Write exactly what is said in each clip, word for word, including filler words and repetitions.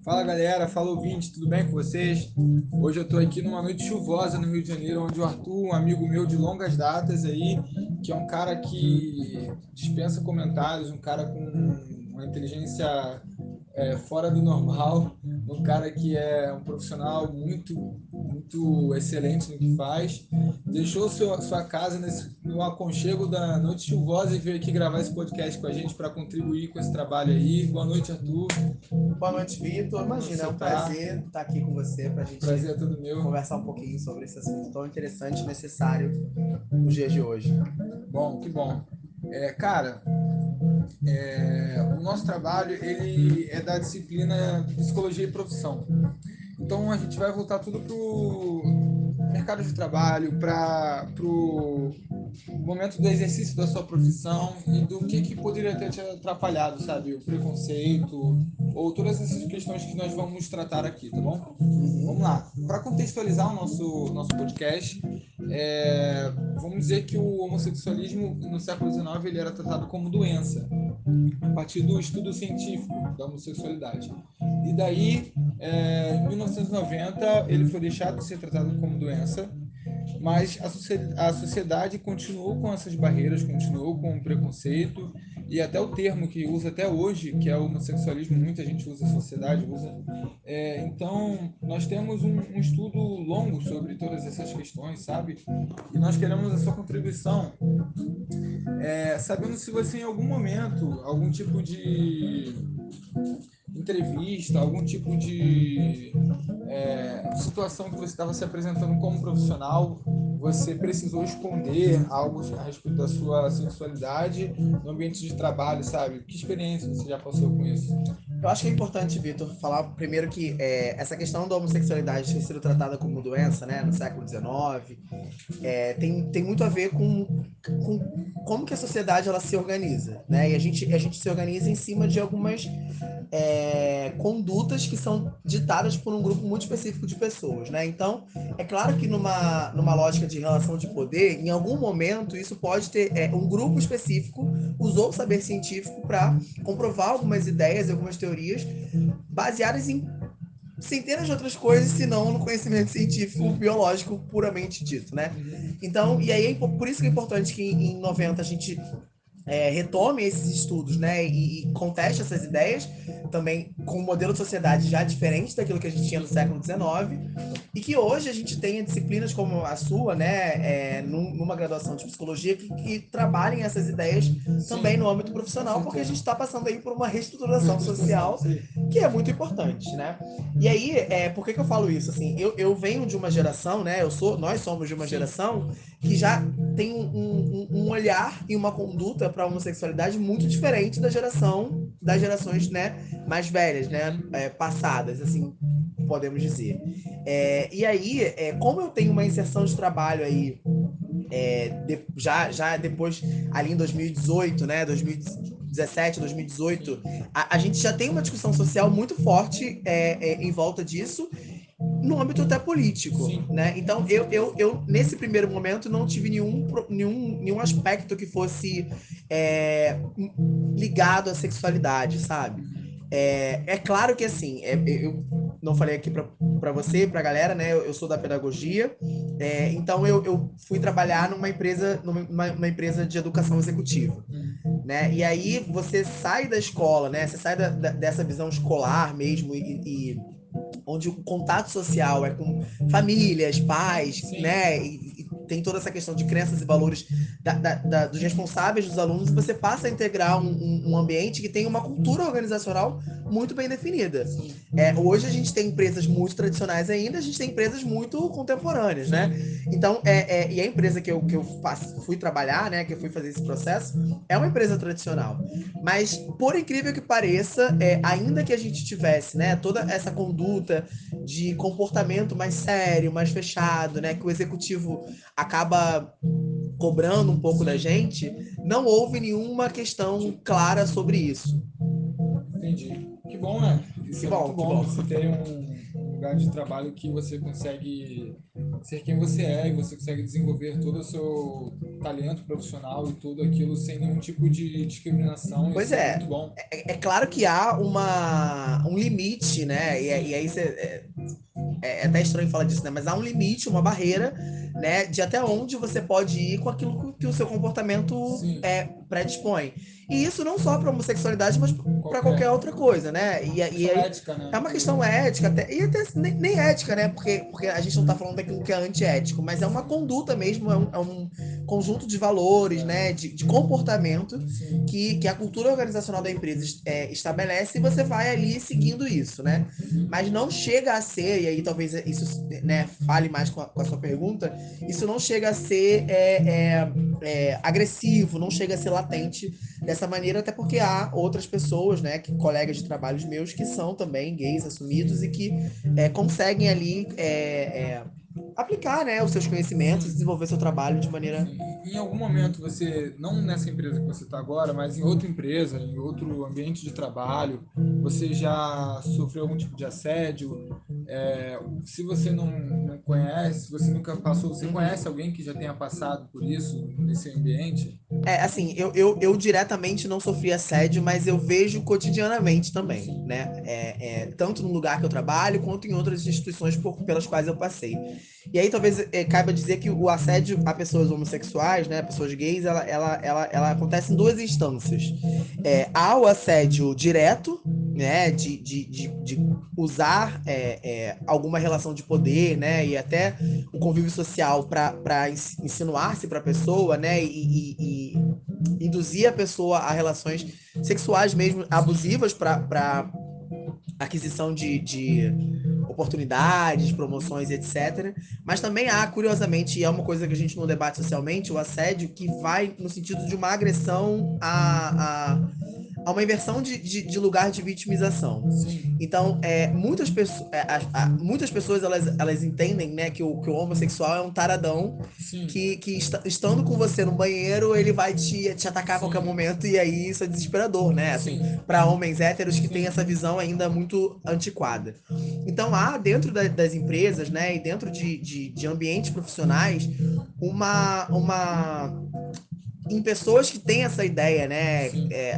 Fala galera, fala ouvinte, tudo bem com vocês? Hoje eu tô aqui numa noite chuvosa no Rio de Janeiro, onde o Arthur, um amigo meu de longas datas aí, que é um cara que dispensa comentários, um cara com uma inteligência é, fora do normal, um cara que é um profissional muito, muito excelente no que faz, deixou seu, sua casa nesse, no aconchego da noite chuvosa e veio aqui gravar esse podcast com a gente para contribuir com esse trabalho aí. Boa noite, Arthur. Boa noite, Vitor. Como Imagina, é você um tá? prazer estar aqui com você para a gente Prazer é todo meu. conversar um pouquinho sobre esse assunto tão interessante e necessário nos dias de hoje. Bom, que bom. É, cara, é, o nosso trabalho ele é da disciplina Psicologia e Profissão. Então a gente vai voltar tudo pro mercado de trabalho, para pro momento do exercício da sua profissão e do que, que poderia ter te atrapalhado, sabe? O preconceito ou todas essas questões que nós vamos tratar aqui, tá bom? Vamos Uhum. lá. Para contextualizar o nosso, nosso podcast, é, vamos dizer que o homossexualismo no século dezenove ele era tratado como doença, a partir do estudo científico da homossexualidade. E daí, é, em mil novecentos e noventa, ele foi deixado de ser tratado como doença, mas a, a sociedade continuou com essas barreiras, continuou com o preconceito e até o termo que usa até hoje, que é o homossexualismo, muita gente usa, a sociedade usa. É, então, nós temos um, um estudo longo sobre todas essas questões, sabe? E nós queremos a sua contribuição, é, sabendo se você em algum momento, algum tipo de entrevista, algum tipo de é, situação que você estava se apresentando como profissional, você precisou esconder algo a respeito da sua sexualidade no ambiente de trabalho, sabe? Que experiência você já passou com isso? Eu acho que é importante, Vitor, falar primeiro que é, essa questão da homossexualidade ter sido tratada como doença, né, no século dezenove, é, tem, tem muito a ver com, com como que a sociedade ela se organiza, né? E a gente, a gente se organiza em cima de algumas é, condutas que são ditadas por um grupo muito específico de pessoas, né? Então, é claro que numa, numa lógica de relação de poder, em algum momento isso pode ter é, um grupo específico usou o saber científico para comprovar algumas ideias, algumas teorias baseadas em centenas de outras coisas, senão no conhecimento científico Sim. biológico puramente dito, né? Uhum. Então, e aí é por isso que é importante que em noventa a gente é, retome esses estudos, né, e, e conteste essas ideias, também com um modelo de sociedade já diferente daquilo que a gente tinha no século dezenove, e que hoje a gente tenha disciplinas como a sua, né, é, num, numa graduação de psicologia, que, que trabalhem essas ideias também Sim, no âmbito com profissional, porque a gente certeza. está passando aí por uma Uma reestruturação reestruturação, social isso aí. que é muito importante, né? E aí, é, por que, que eu falo isso? Assim, eu, eu venho de uma geração, né? Eu sou, nós somos de uma Sim. geração que já tem um, um, um olhar e uma conduta para a homossexualidade muito diferente da geração das gerações, né, mais velhas, né, Uhum. é, passadas, assim podemos dizer. É, e aí, é, como eu tenho uma inserção de trabalho aí é, de, já, já depois, ali em dois mil e dezoito, né, dois mil e dezessete, dois mil e dezoito, Sim. a, a gente já tem uma discussão social muito forte é, é, em volta disso, no âmbito até político, Sim. né? Então, eu, eu, eu nesse primeiro momento, não tive nenhum, nenhum, nenhum aspecto que fosse é, ligado à sexualidade, sabe? É, é claro que, assim, é, eu não falei aqui para você, para a galera, né? Eu, eu sou da pedagogia, é, então eu, eu fui trabalhar numa empresa, numa, numa empresa de educação executiva, Uhum. né? E aí você sai da escola, né? Você sai da, da, dessa visão escolar mesmo e, e onde o contato social é com famílias, pais, Sim. né? E, e tem toda essa questão de crenças e valores da, da, da, dos responsáveis dos alunos, e você passa a integrar um, um, um ambiente que tem uma cultura organizacional muito bem definida. Sim. É, hoje a gente tem empresas muito tradicionais ainda, a gente tem empresas muito contemporâneas, né? Sim. Então, é, é, e a empresa que eu, que eu faço, fui trabalhar, né, que eu fui fazer esse processo, é uma empresa tradicional. Mas, por incrível que pareça, é, ainda que a gente tivesse, né, toda essa conduta de comportamento mais sério, mais fechado, né, que o executivo acaba cobrando um pouco da Sim. gente, não houve nenhuma questão clara sobre isso. Entendi. Que bom, né? Isso Que é muito bom, que bom bom. você ter um, lugar de trabalho que você consegue ser quem você é e você consegue desenvolver todo o seu talento profissional e tudo aquilo sem nenhum tipo de discriminação. Pois Isso é é, muito bom. é, é claro que há uma, um limite, né? E, e aí você, é, é até estranho falar disso, né? Mas há um limite, uma barreira, né? De até onde você pode ir com aquilo que o seu comportamento Sim. é, predispõe. E isso não só para homossexualidade, mas para Qualquer. qualquer outra coisa, né? E, e Questão aí ética, né? é uma questão ética, até, e até nem, nem ética, né? Porque, porque a gente não está falando daquilo que é antiético, mas é uma conduta mesmo, é um, é um conjunto de valores, É. né? De, de comportamento Sim. que, que a cultura organizacional da empresa é, estabelece e você vai ali seguindo isso, né? Mas não chega a ser, e aí talvez isso, né, fale mais com a, com a sua pergunta, isso não chega a ser é, é, é, agressivo, não chega a ser latente dessa maneira, até porque há outras pessoas, né, que, colegas de trabalhos meus, que são também gays assumidos e que é, conseguem ali é, é, aplicar, né, os seus conhecimentos, Sim. desenvolver seu trabalho de maneira... Sim. Em algum momento você, não nessa empresa que você está agora, mas em outra empresa, em outro ambiente de trabalho, você já sofreu algum tipo de assédio? É, se você não, não conhece, se você nunca passou, você Uhum. conhece alguém que já tenha passado por isso nesse ambiente? É, assim, eu, eu, eu diretamente não sofri assédio, mas eu vejo cotidianamente também, Sim. né? É, é, tanto no lugar que eu trabalho, quanto em outras instituições por, pelas quais eu passei. E aí talvez é, caiba dizer que o assédio a pessoas homossexuais, né, pessoas gays, ela, ela, ela, ela acontece em duas instâncias. É, há o assédio direto, né, de, de, de, de usar é, é, alguma relação de poder, né, e até o convívio social para insinuar-se para a pessoa, né, e, e, e induzir a pessoa a relações sexuais mesmo abusivas para aquisição de, de oportunidades, promoções, etcétera. Mas também há, curiosamente, e é uma coisa que a gente não debate socialmente, o assédio que vai no sentido de uma agressão a, a a uma inversão de, de, de lugar de vitimização. Sim. Então, é, muitas, pessoas, é, a, a, muitas pessoas elas, elas entendem, né, que o, que o homossexual é um taradão Sim. que, que está, estando com você no banheiro, ele vai te, te atacar a Sim. qualquer momento, e aí isso é desesperador, né? Assim, Sim. para homens héteros que Sim. têm essa visão ainda muito antiquada. Então, há dentro da, das empresas, né, e dentro de, de, de ambientes profissionais, uma. uma em pessoas que têm essa ideia, né, é,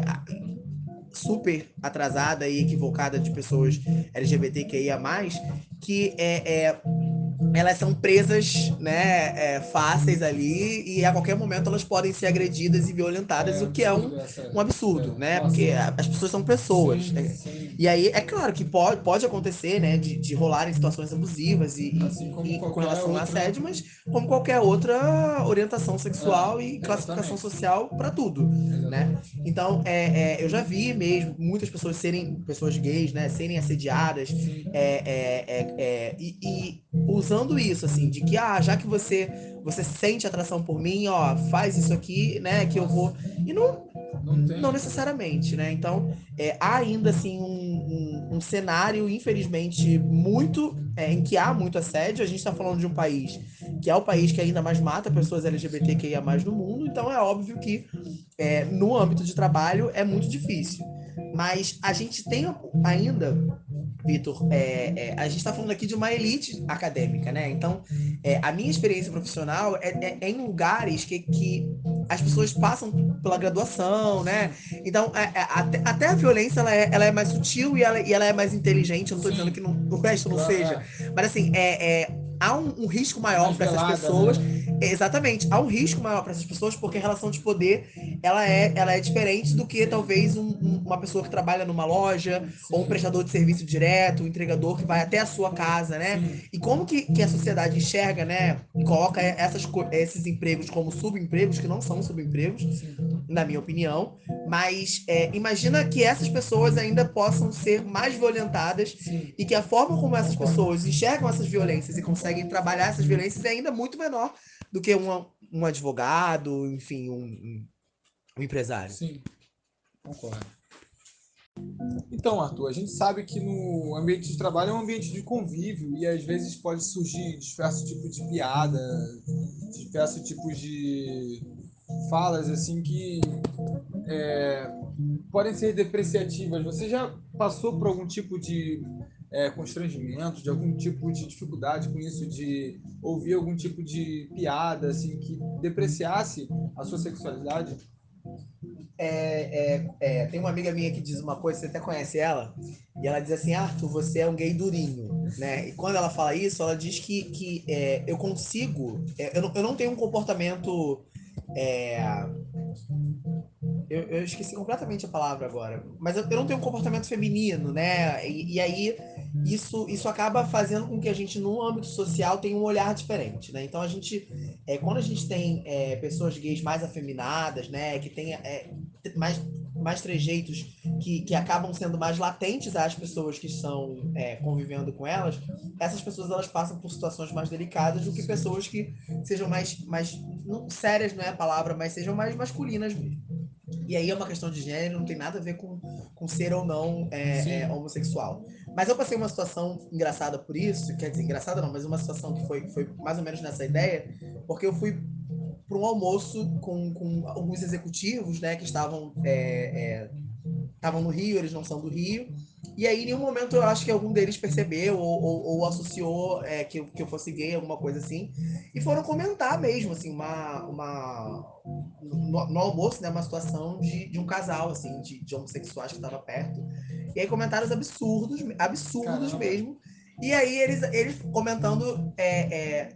super atrasada e equivocada de pessoas L G B T Q I A mais, que é, é elas são presas, né, é, fáceis ali e a qualquer momento elas podem ser agredidas e violentadas, É o que é um, absurdo essa. um absurdo, É, né? nossa. Porque as pessoas são pessoas. Sim, Né? sim. E aí é claro que pode, pode acontecer, né, de, de rolarem situações abusivas e, Assim como e, e com qualquer relação a outra. assédio, mas como qualquer outra orientação sexual É, e classificação exatamente. social para tudo, né? Exatamente. Então, é, é, eu já vi mesmo muitas pessoas serem, pessoas gays, né, serem assediadas, Sim. é, é, é, é, e, e usando isso, assim, de que, ah, já que você, você sente atração por mim, ó, faz isso aqui, né, que eu vou... E não, Não tem. não necessariamente, né? Então, é, há ainda, assim, um, um, um cenário, infelizmente, muito... É, em que há muito assédio. A gente está falando de um país que é o país que ainda mais mata pessoas L G B T Q I A mais no mundo, então é óbvio que é, no âmbito de trabalho é muito difícil. Mas a gente tem ainda, Vitor, é, é, a gente está falando aqui de uma elite acadêmica, né? Então, é, a minha experiência profissional é, é, é em lugares que, que as pessoas passam pela graduação, né? Então, é, é, até, até a violência ela é, ela é mais sutil e ela, e ela é mais inteligente. Eu não estou dizendo que não, o resto não Claro, seja, é. mas assim, é, é, há um, um risco maior Mais para essas velada, pessoas. né? Exatamente, há um risco maior para essas pessoas porque a relação de poder ela é, ela é diferente do que Sim. talvez um, um, uma pessoa que trabalha numa loja Sim. ou um prestador de serviço direto, um entregador que vai até a sua casa, né? Sim. E como que, que a sociedade enxerga, né? E coloca essas, esses empregos como subempregos, que não são subempregos, Sim. na minha opinião, mas é, imagina que essas pessoas ainda possam ser mais violentadas. Sim. E que a forma como essas Concordo. pessoas enxergam essas violências e conseguem trabalhar essas violências é ainda muito menor do que uma, um advogado, enfim, um, um, um empresário. Sim, concordo. Então, Arthur, a gente sabe que no ambiente de trabalho é um ambiente de convívio e às vezes pode surgir diversos tipos de piada, diversos tipos de falas assim que é, podem ser depreciativas. Você já passou por algum tipo de é, constrangimento, de algum tipo de dificuldade com isso, de ouvir algum tipo de piada, assim, que depreciasse a sua sexualidade? É, é, é, tem uma amiga minha que diz uma coisa, você até conhece ela, e ela diz assim, Arthur, você é um gay durinho, né? E quando ela fala isso, ela diz que, que é, eu consigo, é, eu, não, eu não tenho um comportamento é, eu, eu esqueci completamente a palavra agora, mas eu, eu não tenho um comportamento feminino, né? E, e aí isso, isso acaba fazendo com que a gente, no âmbito social, tenha um olhar diferente, né? Então a gente, é, quando a gente tem é, pessoas gays mais afeminadas, né? Que tem é, mais, mais trejeitos que, que acabam sendo mais latentes às pessoas que estão é, convivendo com elas, essas pessoas elas passam por situações mais delicadas do que pessoas que sejam mais, mais não, sérias, não é a palavra, mas sejam mais masculinas mesmo. E aí é uma questão de gênero, não tem nada a ver com, com ser ou não é, é, Sim. homossexual. Mas eu passei uma situação engraçada por isso, quer dizer, engraçada não, mas uma situação que foi, foi mais ou menos nessa ideia, porque eu fui para um almoço com, com alguns executivos, né, que estavam é, é, estavam no Rio, eles não são do Rio. E aí, em nenhum momento, eu acho que algum deles percebeu ou, ou, ou associou é, que, eu, que eu fosse gay, alguma coisa assim. E foram comentar mesmo, assim, uma. uma no, no almoço, né, uma situação de, de um casal, assim, de, de homossexuais que estava perto. E aí, comentários absurdos, absurdos Caramba. mesmo. E aí, eles, eles comentando é, é,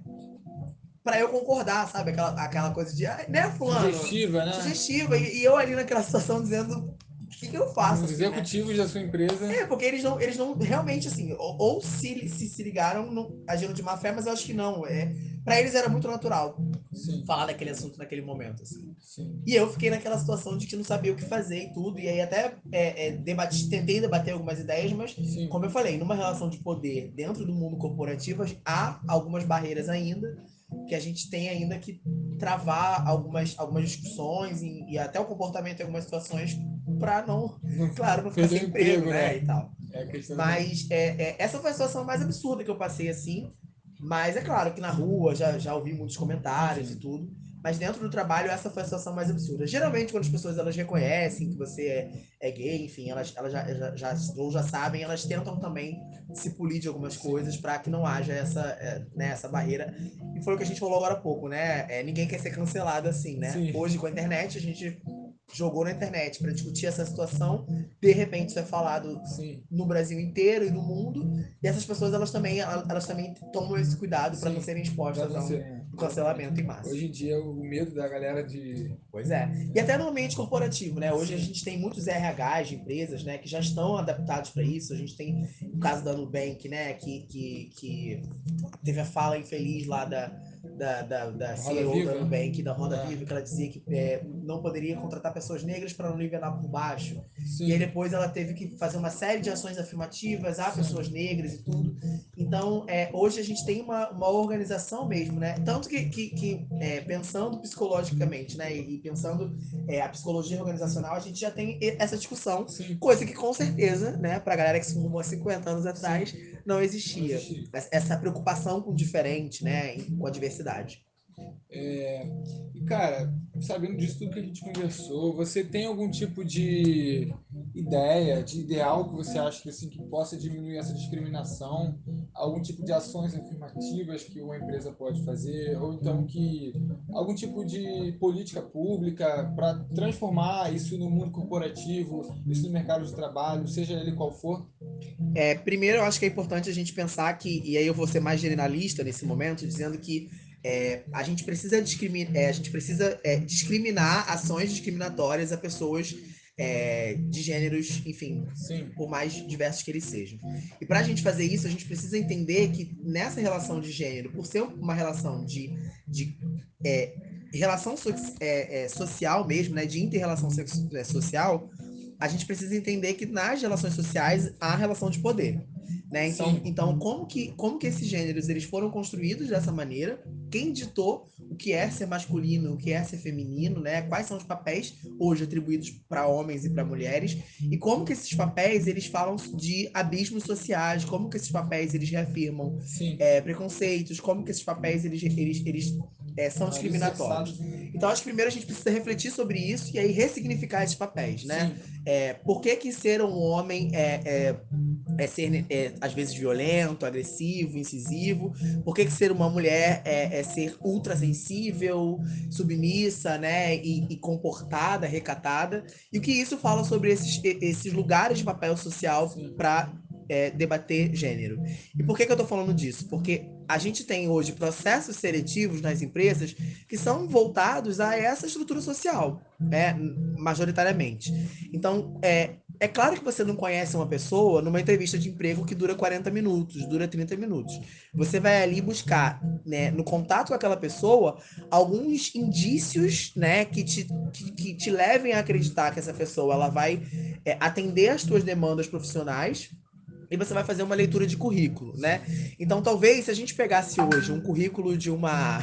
para eu concordar, sabe? Aquela, aquela coisa de, ah, né, fulano? Sugestiva, né? Sugestiva. E, e eu ali naquela situação dizendo, o que, que eu faço, Os assim, né? executivos da sua empresa. É, porque eles não, eles não realmente, assim, ou, ou se, se se ligaram no, agindo de má fé, mas eu acho que não. É, para eles era muito natural Sim, falar daquele assunto naquele momento, assim. sim, E eu fiquei naquela situação de que não sabia o que fazer e tudo, e aí até é, é, debati, tentei debater algumas ideias, mas, sim, como eu falei, numa relação de poder dentro do mundo corporativo, há algumas barreiras ainda, que a gente tem ainda que travar algumas, algumas discussões e, e até o comportamento em algumas situações para não, não claro, não ficar perdeu sem o emprego, emprego, né, né? e tal. É a questão da... Mas é, é, essa foi a situação mais absurda que eu passei assim. Mas é claro que na rua já, já ouvi muitos comentários e Sim, tudo. Mas dentro do trabalho, essa foi a situação mais absurda. Geralmente, quando as pessoas elas reconhecem que você é, é gay, enfim, elas, elas já, já, já, ou já sabem, elas tentam também se polir de algumas sim, coisas para que não haja essa, é, né, essa barreira. E foi o que a gente falou agora há pouco, né? É, ninguém quer ser cancelado assim, né? sim, Hoje, com a internet, a gente jogou na internet para discutir essa situação. De repente, isso é falado sim, no Brasil inteiro e no mundo. E essas pessoas, elas também, elas também tomam esse cuidado para não sim. serem Para expostas não a ser, um é, exatamente. cancelamento em massa. Hoje em dia, o medo da galera de... Pois é. E até no ambiente corporativo, né? Hoje a Sim, gente tem muitos R Hs de empresas, né, que já estão adaptados para isso. A gente tem o caso da Nubank, né, que, que, que teve a fala infeliz lá da, da, da, da Roda C E O da Viva. Nubank, da Roda É, Viva, que ela dizia que é, não poderia contratar pessoas negras para não nivelar por baixo. E aí sim, depois ela teve que fazer uma série de ações afirmativas a pessoas sim, negras e tudo. Então, é, hoje a gente tem uma, uma organização mesmo, né? Tanto que, que, que é, pensando psicologicamente, né? E, e pensando é, a psicologia organizacional, a gente já tem essa discussão, sim, coisa que com certeza, né, para a galera que se formou há cinquenta anos atrás, sim. não Não existia. existia. Essa preocupação com o diferente, né? Com a diversidade. É, e, cara, sabendo disso tudo que a gente conversou, você tem algum tipo de ideia, de ideal que você acha que, assim, que possa diminuir essa discriminação? Algum tipo de ações afirmativas que uma empresa pode fazer? Ou então que algum tipo de política pública para transformar isso no mundo corporativo, isso no mercado de trabalho, seja ele qual for? É, primeiro, eu acho que é importante a gente pensar que, e aí eu vou ser mais generalista nesse momento, dizendo que é, a gente precisa, discrimi é, a gente precisa é, discriminar ações discriminatórias a pessoas é, de gêneros, enfim, Sim, por mais diversos que eles sejam. E para a gente fazer isso, a gente precisa entender que nessa relação de gênero, por ser uma relação de, de é, relação so é, é, social mesmo, né, de inter-relação é, social, a gente precisa entender que nas relações sociais há relação de poder, né? Então, sim, então como que como que esses gêneros eles foram construídos dessa maneira? Quem ditou o que é ser masculino, o que é ser feminino, né? Quais são os papéis hoje atribuídos para homens e para mulheres e como que esses papéis eles falam de abismos sociais, como que esses papéis eles reafirmam sim. é, preconceitos, como que esses papéis eles eles, eles é, são discriminatórios. Alicerçados em Então, acho que primeiro a gente precisa refletir sobre isso e aí ressignificar esses papéis, né? É, por que que ser um homem é, é, é ser, é, às vezes, violento, agressivo, incisivo? Por que que ser uma mulher é, é ser ultra sensível, submissa, né? E, e comportada, recatada? E o que isso fala sobre esses, esses lugares de papel social para é, debater gênero. E por que que eu tô falando disso? Porque a gente tem hoje processos seletivos nas empresas que são voltados a essa estrutura social, né, majoritariamente. Então, é, é claro que você não conhece uma pessoa numa entrevista de emprego que dura quarenta minutos, dura trinta minutos. Você vai ali buscar, né, no contato com aquela pessoa, alguns indícios, né, que te, que, que te levem a acreditar que essa pessoa ela vai é, atender às tuas demandas profissionais e você vai fazer uma leitura de currículo, né? Então, talvez, se a gente pegasse hoje um currículo de uma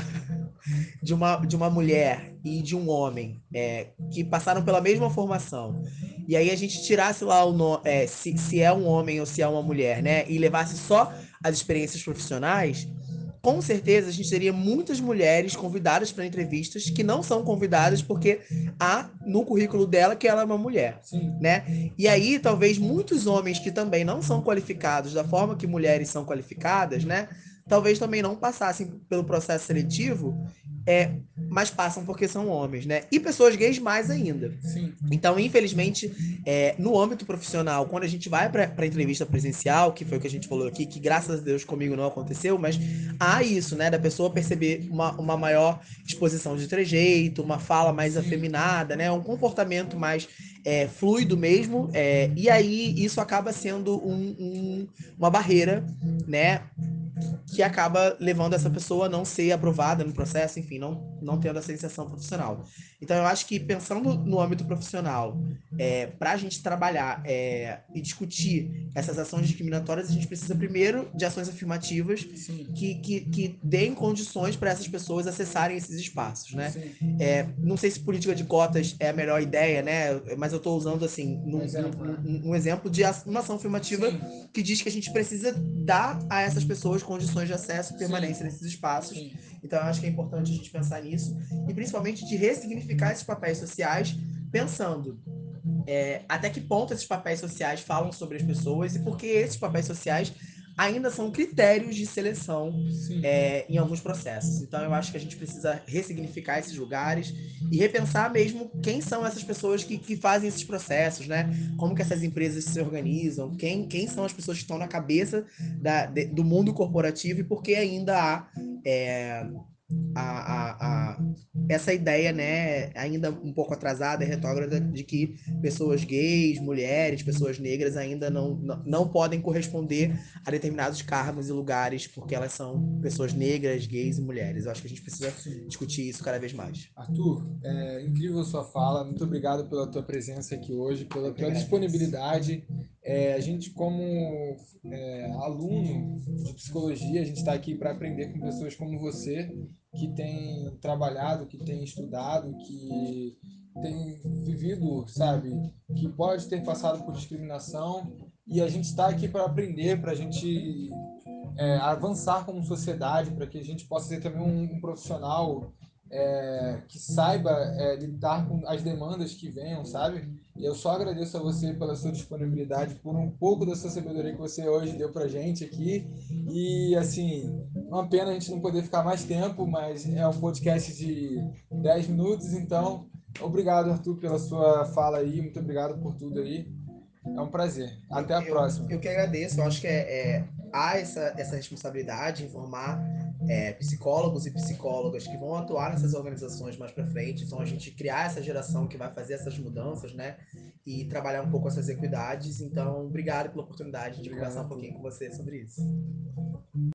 de uma, de uma mulher e de um homem é, que passaram pela mesma formação, e aí a gente tirasse lá o no, é, se, se é um homem ou se é uma mulher, né? E levasse só as experiências profissionais, com certeza a gente teria muitas mulheres convidadas para entrevistas que não são convidadas porque há no currículo dela que ela é uma mulher, Sim. né? E aí talvez muitos homens que também não são qualificados da forma que mulheres são qualificadas, né? Talvez também não passassem pelo processo seletivo, é, mas passam porque são homens, né? E pessoas gays mais ainda. Sim. Então, infelizmente, é, no âmbito profissional, quando a gente vai para a entrevista presencial, que foi o que a gente falou aqui, que graças a Deus comigo não aconteceu, mas há isso, né, da pessoa perceber uma, uma maior exposição de trejeito, uma fala mais Sim. afeminada, né, um comportamento mais é, fluido mesmo, é, e aí isso acaba sendo um, um, uma barreira, né, que acaba levando essa pessoa a não ser aprovada no processo, enfim, não, não tendo essa inserção profissional. Então, eu acho que pensando no âmbito profissional, é, para a gente trabalhar é, e discutir essas ações discriminatórias, a gente precisa primeiro de ações afirmativas que, que, que deem condições para essas pessoas acessarem esses espaços, né? É, não sei se política de cotas é a melhor ideia, né? Mas eu estou usando assim num, um, exemplo, num, né? um exemplo de uma ação afirmativa Sim. que diz que a gente precisa dar a essas pessoas condições de acesso e permanência Sim. nesses espaços. Sim. Então eu acho que é importante a gente pensar nisso e principalmente de ressignificar esses papéis sociais, pensando é, até que ponto esses papéis sociais falam sobre as pessoas e por que esses papéis sociais ainda são critérios de seleção é, em alguns processos. Então eu acho que a gente precisa ressignificar esses lugares e repensar mesmo quem são essas pessoas que, que fazem esses processos, né? Como que essas empresas se organizam, quem, quem são as pessoas que estão na cabeça da, de, do mundo corporativo e por que ainda há é, a, a, a, essa ideia, né, ainda um pouco atrasada e retrógrada de que pessoas gays, mulheres, pessoas negras ainda não, não, não podem corresponder a determinados cargos e lugares porque elas são pessoas negras, gays e mulheres. Eu acho que a gente precisa discutir isso cada vez mais. Arthur, é incrível a sua fala. Muito obrigado pela tua presença aqui hoje, pela tua disponibilidade. É, a gente, como é, aluno de psicologia, a gente está aqui para aprender com pessoas como você, que tem trabalhado, que tem estudado, que tem vivido, sabe, que pode ter passado por discriminação. E a gente está aqui para aprender, para a gente é, avançar como sociedade, para que a gente possa ser também um, um profissional é, que saiba é, lidar com as demandas que venham, sabe? E eu só agradeço a você pela sua disponibilidade, por um pouco da sua sabedoria que você hoje deu pra gente aqui. E, assim, uma pena a gente não poder ficar mais tempo, mas é um podcast de dez minutos, então obrigado, Arthur, pela sua fala aí, muito obrigado por tudo aí. É um prazer. Até a eu, próxima. Eu que agradeço. Eu acho que é, é, há essa, essa responsabilidade de informar é, psicólogos e psicólogas que vão atuar nessas organizações mais para frente. Então, a gente criar essa geração que vai fazer essas mudanças, né? E trabalhar um pouco essas equidades. Então, obrigado pela oportunidade de obrigado, conversar um pouquinho com você sobre isso.